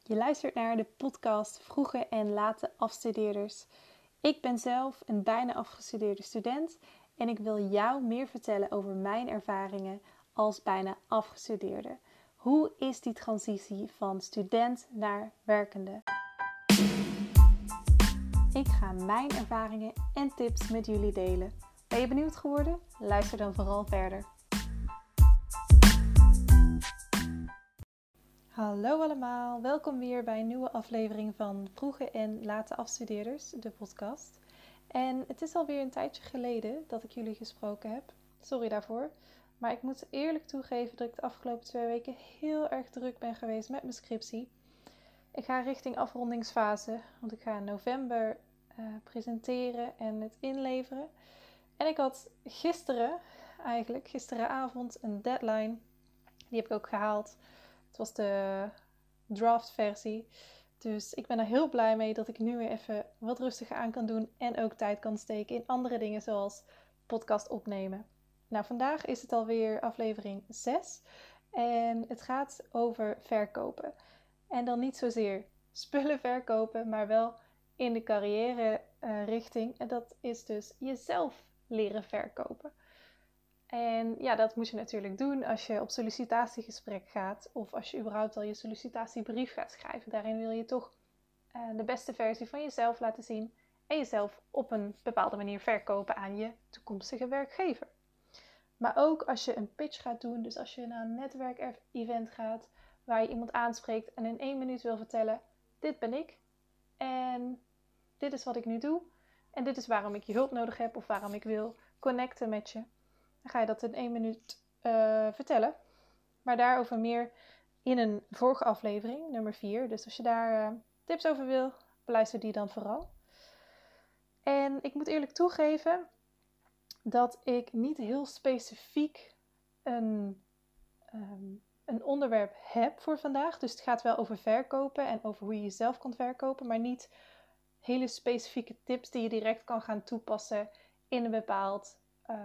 Je luistert naar de podcast Vroege en Late Afstudeerders. Ik ben zelf een bijna afgestudeerde student en ik wil jou meer vertellen over mijn ervaringen als bijna afgestudeerde. Hoe is die transitie van student naar werkende? Ik ga mijn ervaringen en tips met jullie delen. Ben je benieuwd geworden? Luister dan vooral verder. Hallo allemaal, welkom weer bij een nieuwe aflevering van Vroege en Late Afstudeerders, de podcast. En het is alweer een tijdje geleden dat ik jullie gesproken heb. Sorry daarvoor, maar ik moet eerlijk toegeven dat ik de afgelopen 2 weken heel erg druk ben geweest met mijn scriptie. Ik ga richting afrondingsfase, want ik ga in november presenteren en het inleveren. En ik had gisteravond een deadline, die heb ik ook gehaald. Het was de draft-versie. Dus ik ben er heel blij mee dat ik nu weer even wat rustiger aan kan doen. En ook tijd kan steken in andere dingen zoals podcast opnemen. Nou, vandaag is het alweer aflevering 6. En het gaat over verkopen. En dan niet zozeer spullen verkopen, maar wel in de carrière richting. En dat is dus jezelf leren verkopen. En ja, dat moet je natuurlijk doen als je op sollicitatiegesprek gaat of als je überhaupt al je sollicitatiebrief gaat schrijven. Daarin wil je toch de beste versie van jezelf laten zien en jezelf op een bepaalde manier verkopen aan je toekomstige werkgever. Maar ook als je een pitch gaat doen, dus als je naar een netwerkevent gaat waar je iemand aanspreekt en in 1 minuut wil vertellen: dit ben ik en dit is wat ik nu doe en dit is waarom ik je hulp nodig heb of waarom ik wil connecten met je. Dan ga je dat in 1 minuut vertellen. Maar daarover meer in een vorige aflevering, nummer 4. Dus als je daar tips over wil, beluister die dan vooral. En ik moet eerlijk toegeven dat ik niet heel specifiek een onderwerp heb voor vandaag. Dus het gaat wel over verkopen en over hoe je jezelf kan verkopen. Maar niet hele specifieke tips die je direct kan gaan toepassen in een bepaald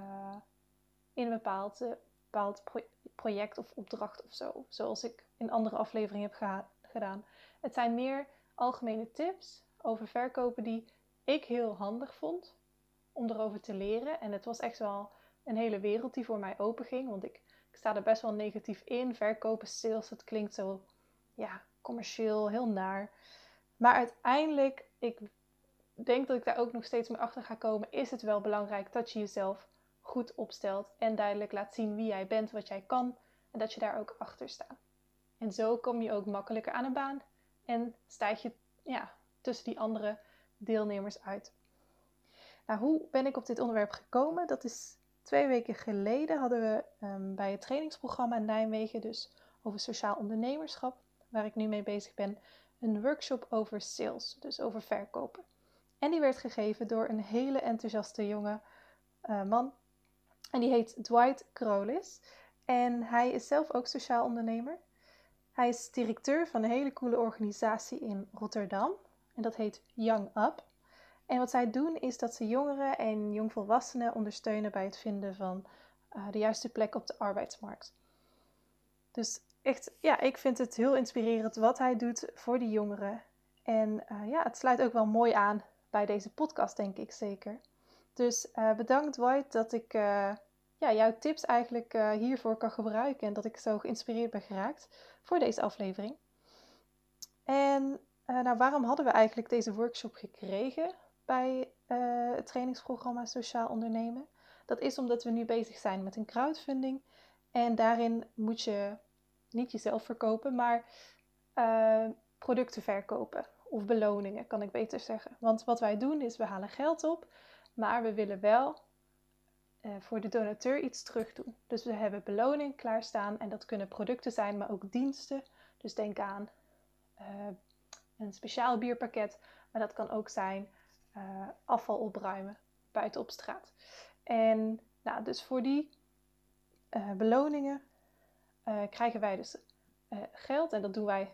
project of opdracht of zo. Zoals ik in andere afleveringen heb gedaan. Het zijn meer algemene tips over verkopen die ik heel handig vond om erover te leren. En het was echt wel een hele wereld die voor mij openging. Want ik sta er best wel negatief in. Verkopen, sales, het klinkt zo commercieel, heel naar. Maar uiteindelijk, ik denk dat ik daar ook nog steeds mee achter ga komen, is het wel belangrijk dat je jezelf goed opstelt en duidelijk laat zien wie jij bent, wat jij kan en dat je daar ook achter staat. En zo kom je ook makkelijker aan een baan en stijg je tussen die andere deelnemers uit. Nou, hoe ben ik op dit onderwerp gekomen? Dat is 2 weken geleden hadden we bij het trainingsprogramma in Nijmegen, dus over sociaal ondernemerschap, waar ik nu mee bezig ben, een workshop over sales, dus over verkopen. En die werd gegeven door een hele enthousiaste jonge man. En die heet Dwight Krolis. En hij is zelf ook sociaal ondernemer. Hij is directeur van een hele coole organisatie in Rotterdam. En dat heet Young Up. En wat zij doen is dat ze jongeren en jongvolwassenen ondersteunen bij het vinden van de juiste plek op de arbeidsmarkt. Dus echt, ik vind het heel inspirerend wat hij doet voor die jongeren. En het sluit ook wel mooi aan bij deze podcast, denk ik zeker. Dus bedankt Dwight dat ik jouw tips eigenlijk hiervoor kan gebruiken. En dat ik zo geïnspireerd ben geraakt voor deze aflevering. En waarom hadden we eigenlijk deze workshop gekregen bij het trainingsprogramma Sociaal Ondernemen? Dat is omdat we nu bezig zijn met een crowdfunding. En daarin moet je niet jezelf verkopen, maar producten verkopen. Of beloningen, kan ik beter zeggen. Want wat wij doen is, we halen geld op, maar we willen wel voor de donateur iets terug doen. Dus we hebben beloning klaarstaan en dat kunnen producten zijn, maar ook diensten. Dus denk aan een speciaal bierpakket, maar dat kan ook zijn afval opruimen buiten op straat. En dus voor die beloningen krijgen wij dus geld en dat doen wij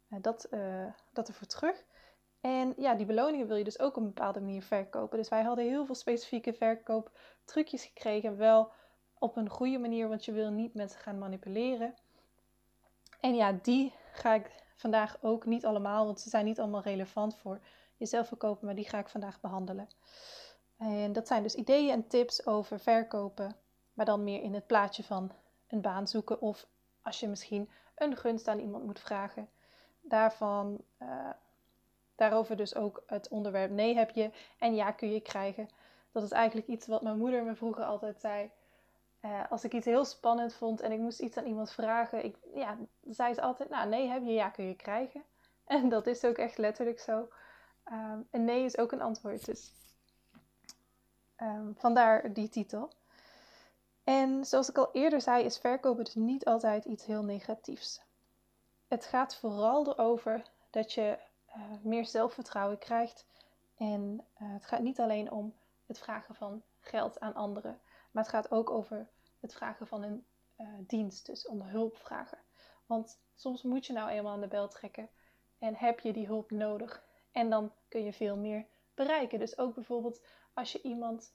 dat ervoor terug. En die beloningen wil je dus ook op een bepaalde manier verkopen. Dus wij hadden heel veel specifieke verkooptrucjes gekregen. Wel op een goede manier, want je wil niet mensen gaan manipuleren. En die ga ik vandaag ook niet allemaal, want ze zijn niet allemaal relevant voor jezelf verkopen, maar die ga ik vandaag behandelen. En dat zijn dus ideeën en tips over verkopen, maar dan meer in het plaatje van een baan zoeken of als je misschien een gunst aan iemand moet vragen. Daarover dus ook het onderwerp nee heb je en ja kun je krijgen. Dat is eigenlijk iets wat mijn moeder me vroeger altijd zei. Als ik iets heel spannend vond en ik moest iets aan iemand vragen, zei ze altijd, nou nee heb je, ja kun je krijgen. En dat is ook echt letterlijk zo. En nee is ook een antwoord, dus vandaar die titel. En zoals ik al eerder zei, is verkopen dus niet altijd iets heel negatiefs. Het gaat vooral erover dat je meer zelfvertrouwen krijgt. En het gaat niet alleen om het vragen van geld aan anderen, maar het gaat ook over het vragen van een dienst, dus om hulp vragen. Want soms moet je nou eenmaal aan de bel trekken en heb je die hulp nodig. En dan kun je veel meer bereiken. Dus ook bijvoorbeeld als je iemand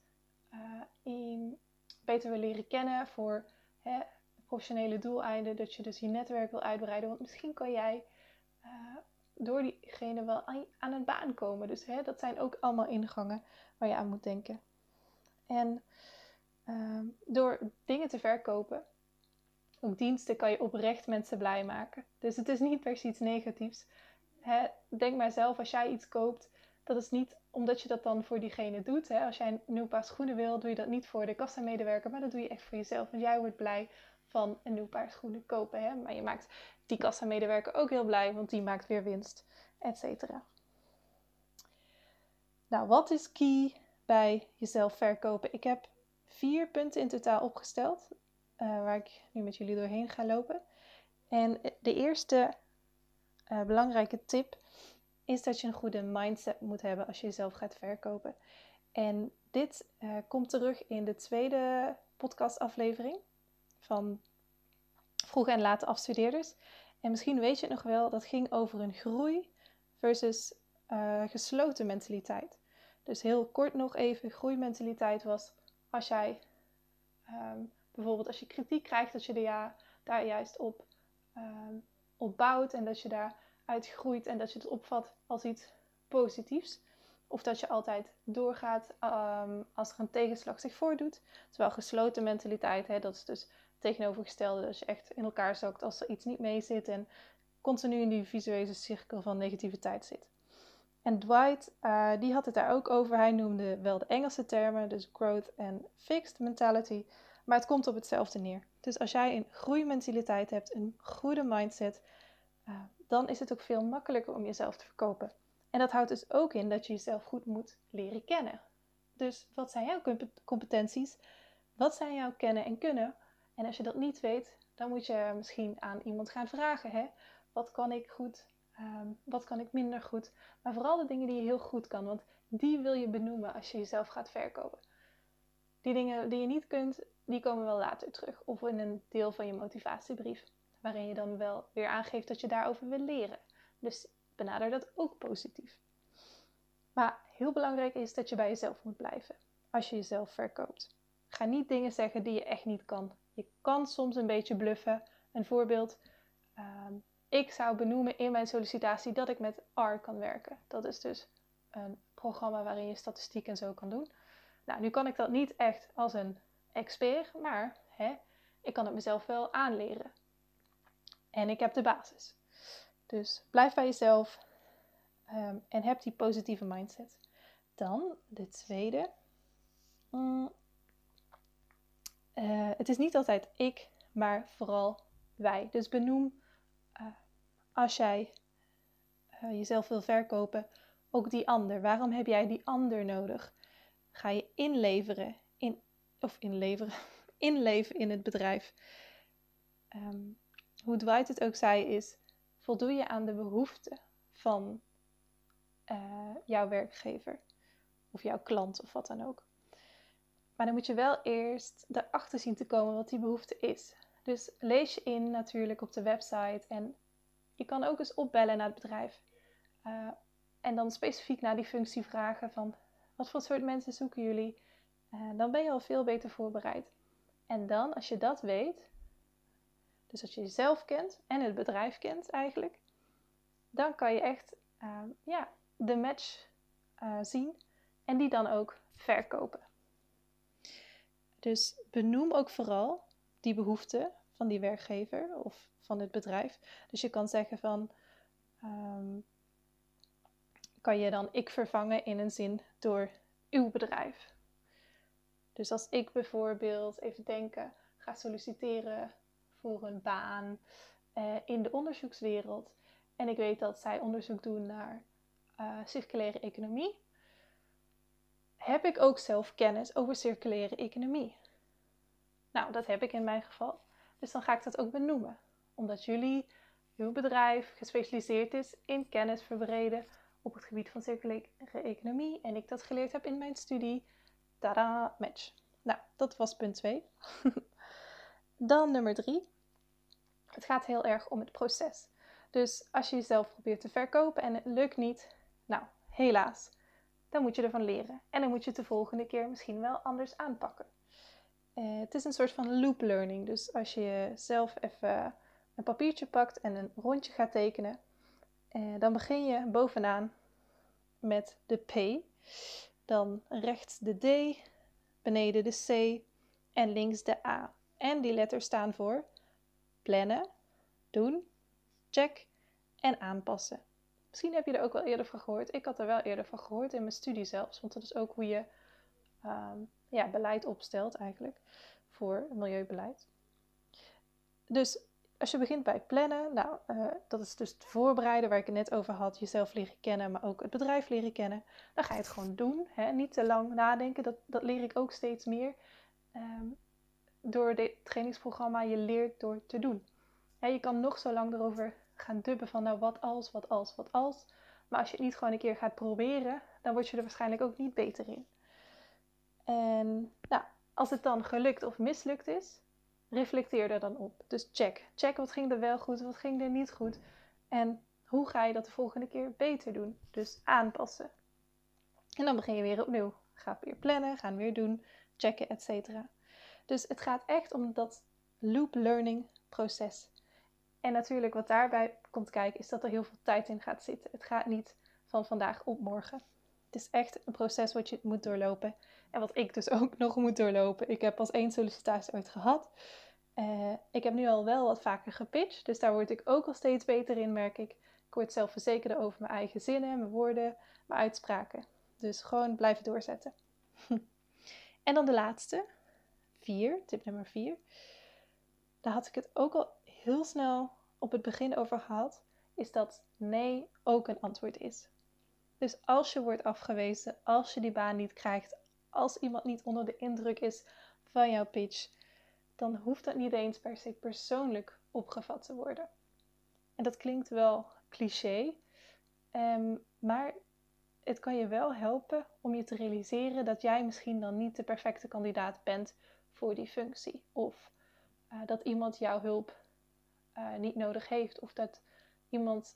beter wil leren kennen voor professionele doeleinden, dat je dus je netwerk wil uitbreiden. Want misschien kan jij door diegene wel aan een baan komen. Dus dat zijn ook allemaal ingangen waar je aan moet denken. En door dingen te verkopen, ook diensten, kan je oprecht mensen blij maken. Dus het is niet per se iets negatiefs. Denk maar zelf, als jij iets koopt, dat is niet omdat je dat dan voor diegene doet. Als jij een nieuw paar schoenen wil, doe je dat niet voor de kassamedewerker, maar dat doe je echt voor jezelf. Want jij wordt blij van een nieuw paar schoenen kopen. Maar je maakt die kassamedewerker ook heel blij, want die maakt weer winst, et cetera. Nou, wat is key bij jezelf verkopen? Ik heb 4 punten in totaal opgesteld, waar ik nu met jullie doorheen ga lopen. En de eerste belangrijke tip is dat je een goede mindset moet hebben als je jezelf gaat verkopen. En dit komt terug in de tweede podcastaflevering van vroege en late afstudeerders. En misschien weet je het nog wel, dat ging over een groei versus gesloten mentaliteit. Dus heel kort nog even, groeimentaliteit was als jij bijvoorbeeld als je kritiek krijgt, dat je daar juist op bouwt en dat je daaruit groeit en dat je het opvat als iets positiefs. Of dat je altijd doorgaat als er een tegenslag zich voordoet. Terwijl gesloten mentaliteit, dat is dus tegenovergestelde, dat je echt in elkaar zakt als er iets niet mee zit en continu in die visuele cirkel van negativiteit zit. En Dwight, die had het daar ook over. Hij noemde wel de Engelse termen, dus growth en fixed mentality. Maar het komt op hetzelfde neer. Dus als jij een groeimentaliteit hebt, een goede mindset, dan is het ook veel makkelijker om jezelf te verkopen. En dat houdt dus ook in dat je jezelf goed moet leren kennen. Dus wat zijn jouw competenties? Wat zijn jouw kennen en kunnen? En als je dat niet weet, dan moet je misschien aan iemand gaan vragen. Wat kan ik goed? Wat kan ik minder goed? Maar vooral de dingen die je heel goed kan. Want die wil je benoemen als je jezelf gaat verkopen. Die dingen die je niet kunt, die komen wel later terug. Of in een deel van je motivatiebrief. Waarin je dan wel weer aangeeft dat je daarover wil leren. Dus benader dat ook positief. Maar heel belangrijk is dat je bij jezelf moet blijven. Als je jezelf verkoopt. Ga niet dingen zeggen die je echt niet kan. Je kan soms een beetje bluffen. Een voorbeeld. Ik zou benoemen in mijn sollicitatie dat ik met R kan werken. Dat is dus een programma waarin je statistiek en zo kan doen. Nou, nu kan ik dat niet echt als een expert, maar ik kan het mezelf wel aanleren. En ik heb de basis. Dus blijf bij jezelf en heb die positieve mindset. Dan de tweede. Het is niet altijd ik, maar vooral wij. Dus benoem als jij jezelf wil verkopen, ook die ander. Waarom heb jij die ander nodig? Ga je inleven in het bedrijf. Hoe Dwight het ook zei is, voldoe je aan de behoeften van jouw werkgever of jouw klant of wat dan ook. Maar dan moet je wel eerst erachter zien te komen wat die behoefte is. Dus lees je in natuurlijk op de website en je kan ook eens opbellen naar het bedrijf. En dan specifiek naar die functie vragen van wat voor soort mensen zoeken jullie? Dan ben je al veel beter voorbereid. En dan, als je dat weet, dus als je jezelf kent en het bedrijf kent eigenlijk, dan kan je echt de match zien en die dan ook verkopen. Dus benoem ook vooral die behoeften van die werkgever of van het bedrijf. Dus je kan zeggen van, kan je dan ik vervangen in een zin door uw bedrijf. Dus als ik bijvoorbeeld, even denken, ga solliciteren voor een baan in de onderzoekswereld. En ik weet dat zij onderzoek doen naar circulaire economie. Heb ik ook zelf kennis over circulaire economie? Nou, dat heb ik in mijn geval. Dus dan ga ik dat ook benoemen. Omdat uw bedrijf gespecialiseerd is in kennis verbreden op het gebied van circulaire economie. En ik dat geleerd heb in mijn studie. Tada, match. Nou, dat was punt 2. Dan nummer 3. Het gaat heel erg om het proces. Dus als je jezelf probeert te verkopen en het lukt niet, nou, helaas. Dan moet je ervan leren. En dan moet je het de volgende keer misschien wel anders aanpakken. Het is een soort van loop learning. Dus als je zelf even een papiertje pakt en een rondje gaat tekenen, dan begin je bovenaan met de P. Dan rechts de D, beneden de C en links de A. En die letters staan voor plannen, doen, check en aanpassen. Misschien heb je er ook wel eerder van gehoord. Ik had er wel eerder van gehoord in mijn studie zelfs. Want dat is ook hoe je beleid opstelt eigenlijk voor milieubeleid. Dus als je begint bij plannen, nou, dat is dus het voorbereiden waar ik het net over had. Jezelf leren kennen, maar ook het bedrijf leren kennen. Dan ga je het gewoon doen. Hè? Niet te lang nadenken. Dat leer ik ook steeds meer. Door dit trainingsprogramma, je leert door te doen. Je kan nog zo lang erover gaan dubben van nou wat als. Maar als je het niet gewoon een keer gaat proberen, dan word je er waarschijnlijk ook niet beter in. En nou, als het dan gelukt of mislukt is, reflecteer er dan op. Dus check wat ging er wel goed, wat ging er niet goed. En hoe ga je dat de volgende keer beter doen? Dus aanpassen. En dan begin je weer opnieuw. Ga weer plannen, gaan weer doen, checken, etc. Dus het gaat echt om dat loop learning proces. En natuurlijk wat daarbij komt kijken is dat er heel veel tijd in gaat zitten. Het gaat niet van vandaag op morgen. Het is echt een proces wat je moet doorlopen. En wat ik dus ook nog moet doorlopen. Ik heb pas 1 sollicitatie ooit gehad. Ik heb nu al wel wat vaker gepitcht. Dus daar word ik ook al steeds beter in, merk ik. Ik word zelfverzekerder over mijn eigen zinnen, mijn woorden, mijn uitspraken. Dus gewoon blijven doorzetten. En dan de laatste. 4, tip nummer 4. Daar had ik het ook al heel snel op het begin over gehad. Is dat nee ook een antwoord is. Dus als je wordt afgewezen, als je die baan niet krijgt, als iemand niet onder de indruk is van jouw pitch, dan hoeft dat niet eens per se persoonlijk opgevat te worden. En dat klinkt wel cliché, maar het kan je wel helpen om je te realiseren dat jij misschien dan niet de perfecte kandidaat bent voor die functie. Of dat iemand jouw hulp niet nodig heeft. Of dat iemand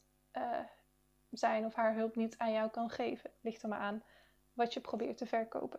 zijn of haar hulp niet aan jou kan geven. Ligt er maar aan wat je probeert te verkopen.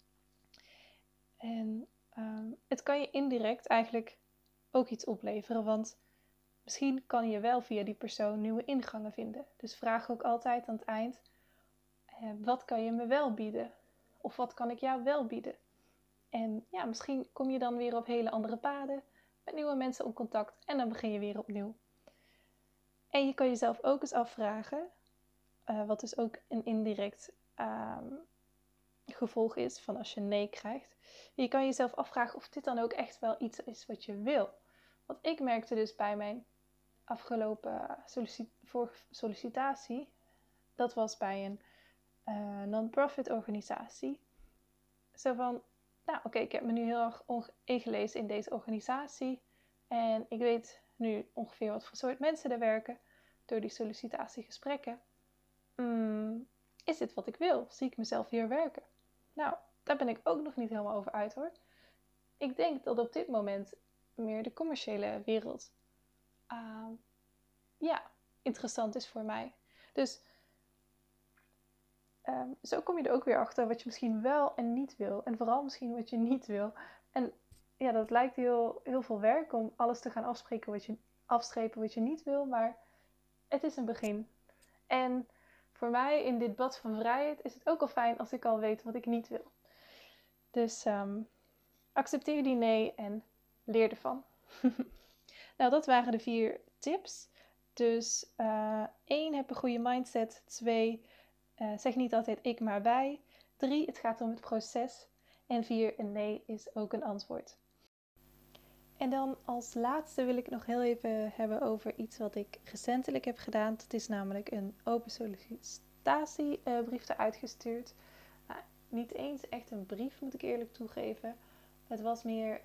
En het kan je indirect eigenlijk ook iets opleveren. Want misschien kan je wel via die persoon nieuwe ingangen vinden. Dus vraag ook altijd aan het eind. Wat kan je me wel bieden? Of wat kan ik jou wel bieden? En ja, misschien kom je dan weer op hele andere paden. Met nieuwe mensen op contact. En dan begin je weer opnieuw. En je kan jezelf ook eens afvragen. Wat dus ook een indirect gevolg is van als je nee krijgt. Je kan jezelf afvragen of dit dan ook echt wel iets is wat je wil. Want ik merkte dus bij mijn afgelopen sollicitatie. Dat was bij een non-profit organisatie. Zo van, nou oké, ik heb me nu heel erg ingelezen in deze organisatie. En ik weet nu ongeveer wat voor soort mensen er werken. Door die sollicitatiegesprekken. Is dit wat ik wil? Zie ik mezelf hier werken? Nou, daar ben ik ook nog niet helemaal over uit hoor. Ik denk dat op dit moment meer de commerciële wereld interessant is voor mij. Dus zo kom je er ook weer achter wat je misschien wel en niet wil. En vooral misschien wat je niet wil. En ja, dat lijkt heel veel werk om alles te gaan afstrepen wat je niet wil. Maar het is een begin. En voor mij in dit bad van vrijheid is het ook al fijn als ik al weet wat ik niet wil. Dus accepteer die nee en leer ervan. Nou, dat waren de 4 tips. Dus 1, heb een goede mindset. 2, zeg niet altijd ik maar wij. 3, het gaat om het proces. En 4, een nee is ook een antwoord. En dan als laatste wil ik nog heel even hebben over iets wat ik recentelijk heb gedaan. Dat is namelijk een open sollicitatiebrief eruit gestuurd. Nou, niet eens echt een brief, moet ik eerlijk toegeven. Het was meer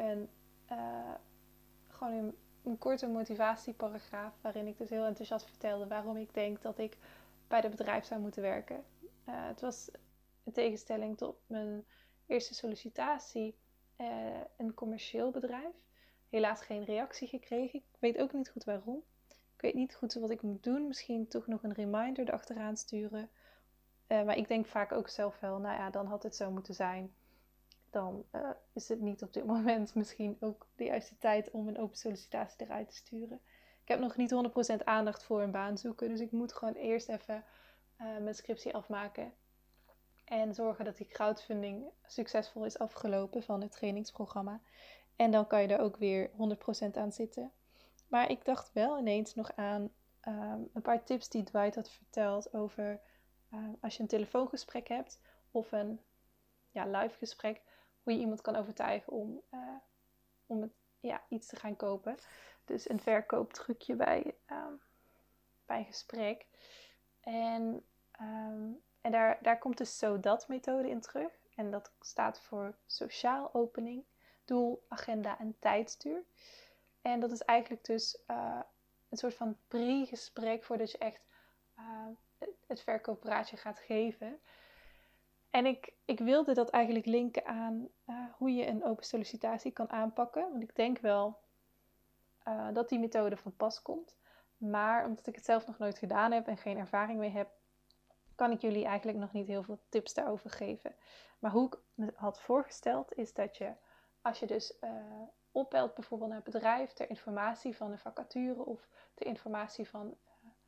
gewoon een korte motivatieparagraaf waarin ik dus heel enthousiast vertelde waarom ik denk dat ik bij het bedrijf zou moeten werken. Het was in tegenstelling tot mijn eerste sollicitatie een commercieel bedrijf. Helaas geen reactie gekregen. Ik weet ook niet goed waarom. Ik weet niet goed wat ik moet doen. Misschien toch nog een reminder erachteraan sturen. Maar ik denk vaak ook zelf wel, nou ja, dan had het zo moeten zijn. Dan is het niet op dit moment misschien ook de juiste tijd om een open sollicitatie eruit te sturen. Ik heb nog niet 100% aandacht voor een baan zoeken. Dus ik moet gewoon eerst even mijn scriptie afmaken. En zorgen dat die crowdfunding succesvol is afgelopen van het trainingsprogramma. En dan kan je er ook weer 100% aan zitten. Maar ik dacht wel ineens nog aan een paar tips die Dwight had verteld over als je een telefoongesprek hebt of een live gesprek, hoe je iemand kan overtuigen om iets te gaan kopen. Dus een verkooptrucje bij een gesprek. En daar komt de SODAT-methode in terug. En dat staat voor sociaal opening, doel, agenda en tijdstuur. En dat is eigenlijk dus een soort van pre-gesprek voordat je echt het verkooppraatje gaat geven. En ik wilde dat eigenlijk linken aan hoe je een open sollicitatie kan aanpakken. Want ik denk wel dat die methode van pas komt. Maar omdat ik het zelf nog nooit gedaan heb en geen ervaring mee heb, kan ik jullie eigenlijk nog niet heel veel tips daarover geven. Maar hoe ik me had voorgesteld is dat je, als je dus opbelt bijvoorbeeld naar het bedrijf ter informatie van een vacature of ter informatie van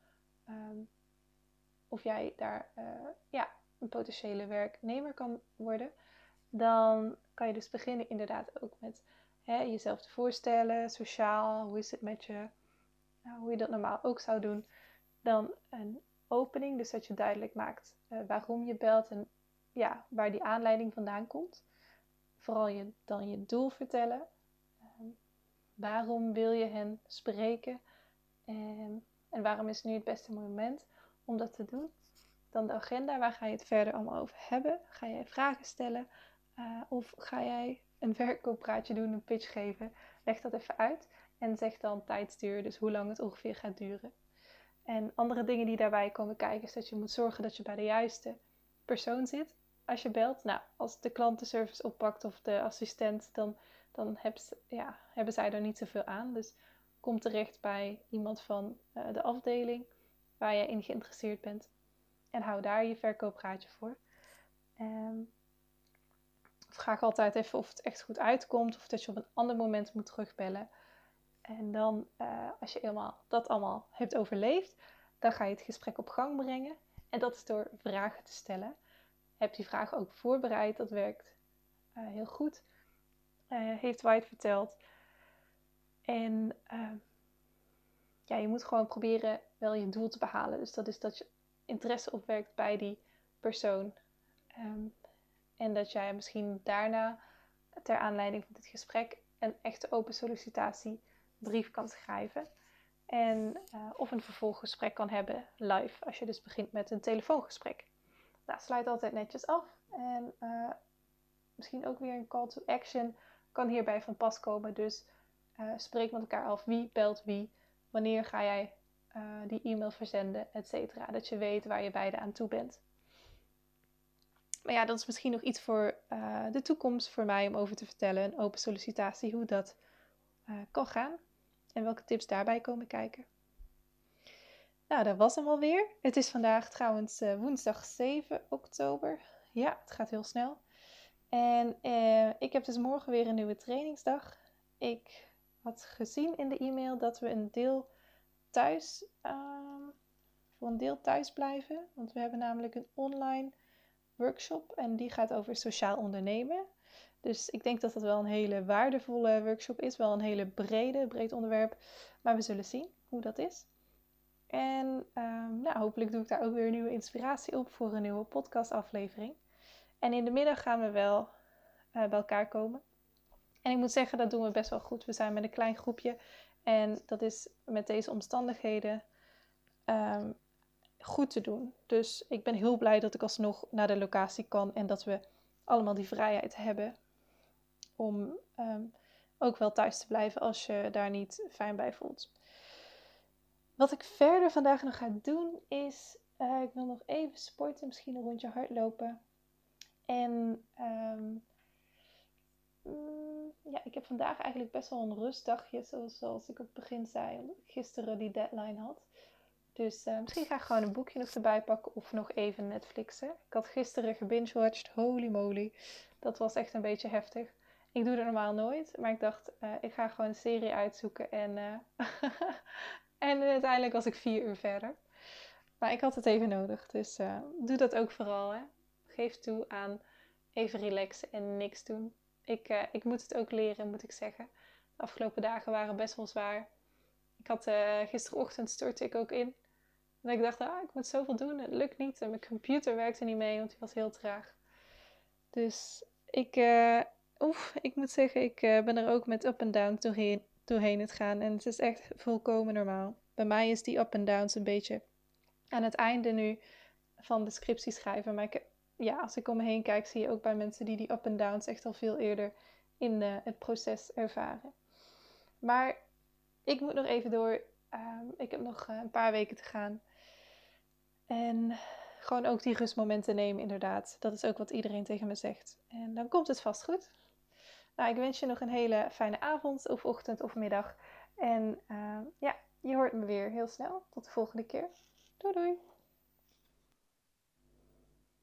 of jij daar een potentiële werknemer kan worden, dan kan je dus beginnen inderdaad ook met jezelf te voorstellen, sociaal, hoe is het met je, hoe je dat normaal ook zou doen. Dan een opening, dus dat je duidelijk maakt waarom je belt en waar die aanleiding vandaan komt. Vooral dan je doel vertellen. Waarom wil je hen spreken? En waarom is nu het beste moment om dat te doen? Dan de agenda, waar ga je het verder allemaal over hebben? Ga jij vragen stellen? Of ga jij een verkooppraatje doen, een pitch geven? Leg dat even uit en zeg dan tijdstuur, dus hoe lang het ongeveer gaat duren. En andere dingen die daarbij komen kijken is dat je moet zorgen dat je bij de juiste persoon zit als je belt. Nou, als de klantenservice oppakt of de assistent, dan hebben zij er niet zoveel aan. Dus kom terecht bij iemand van de afdeling waar je in geïnteresseerd bent. En hou daar je verkooppraatje voor. Vraag altijd even of het echt goed uitkomt of dat je op een ander moment moet terugbellen. En dan, als je dat allemaal hebt overleefd, dan ga je het gesprek op gang brengen. En dat is door vragen te stellen. Heb die vragen ook voorbereid, dat werkt heel goed. Heeft White verteld. En je moet gewoon proberen wel je doel te behalen. Dus dat is dat je interesse opwekt bij die persoon. En dat jij misschien daarna, ter aanleiding van dit gesprek, een echte open sollicitatiebrief kan schrijven. En of een vervolggesprek kan hebben live, als je dus begint met een telefoongesprek. Nou, sluit altijd netjes af. En misschien ook weer een call to action kan hierbij van pas komen. Dus spreek met elkaar af wie belt wie. Wanneer ga jij die e-mail verzenden, et cetera. Dat je weet waar je beide aan toe bent. Maar ja, dat is misschien nog iets voor de toekomst voor mij om over te vertellen. Een open sollicitatie, hoe dat kan gaan. En welke tips daarbij komen kijken. Nou, dat was hem alweer. Het is vandaag trouwens woensdag 7 oktober. Ja, het gaat heel snel. En ik heb dus morgen weer een nieuwe trainingsdag. Ik had gezien in de e-mail dat we een deel thuis voor een deel thuis blijven. Want we hebben namelijk een online workshop en die gaat over sociaal ondernemen. Dus ik denk dat dat wel een hele waardevolle workshop is. Wel een hele breed onderwerp. Maar we zullen zien hoe dat is. En hopelijk doe ik daar ook weer nieuwe inspiratie op voor een nieuwe podcastaflevering. En in de middag gaan we wel bij elkaar komen. En ik moet zeggen, dat doen we best wel goed. We zijn met een klein groepje. En dat is met deze omstandigheden goed te doen. Dus ik ben heel blij dat ik alsnog naar de locatie kan. En dat we allemaal die vrijheid hebben om ook wel thuis te blijven als je daar niet fijn bij voelt. Wat ik verder vandaag nog ga doen is, ik wil nog even sporten, misschien een rondje hardlopen. En ik heb vandaag eigenlijk best wel een rustdagje, zoals ik op het begin zei, omdat ik gisteren die deadline had. Dus misschien ga ik gewoon een boekje nog erbij pakken of nog even Netflixen. Ik had gisteren gebingewatcht, holy moly. Dat was echt een beetje heftig. Ik doe dat normaal nooit, maar ik dacht, ik ga gewoon een serie uitzoeken en, en uiteindelijk was ik 4 uur verder. Maar ik had het even nodig, dus doe dat ook vooral. Hè. Geef toe aan even relaxen en niks doen. Ik moet het ook leren, moet ik zeggen. De afgelopen dagen waren best wel zwaar. Ik had gisterochtend stortte ik ook in. En ik dacht, ik moet zoveel doen. Het lukt niet. En mijn computer werkte niet mee, want die was heel traag. Dus ik moet zeggen, ik ben er ook met up en down doorheen het gaan. En het is echt volkomen normaal. Bij mij is die up en downs een beetje aan het einde nu van de scriptie schrijven. Maar als ik om me heen kijk, zie je ook bij mensen die up en downs echt al veel eerder in het proces ervaren. Maar ik moet nog even door. Ik heb nog een paar weken te gaan. En gewoon ook die rustmomenten nemen, inderdaad. Dat is ook wat iedereen tegen me zegt. En dan komt het vast goed. Nou, ik wens je nog een hele fijne avond of ochtend of middag. En je hoort me weer heel snel. Tot de volgende keer. Doei doei!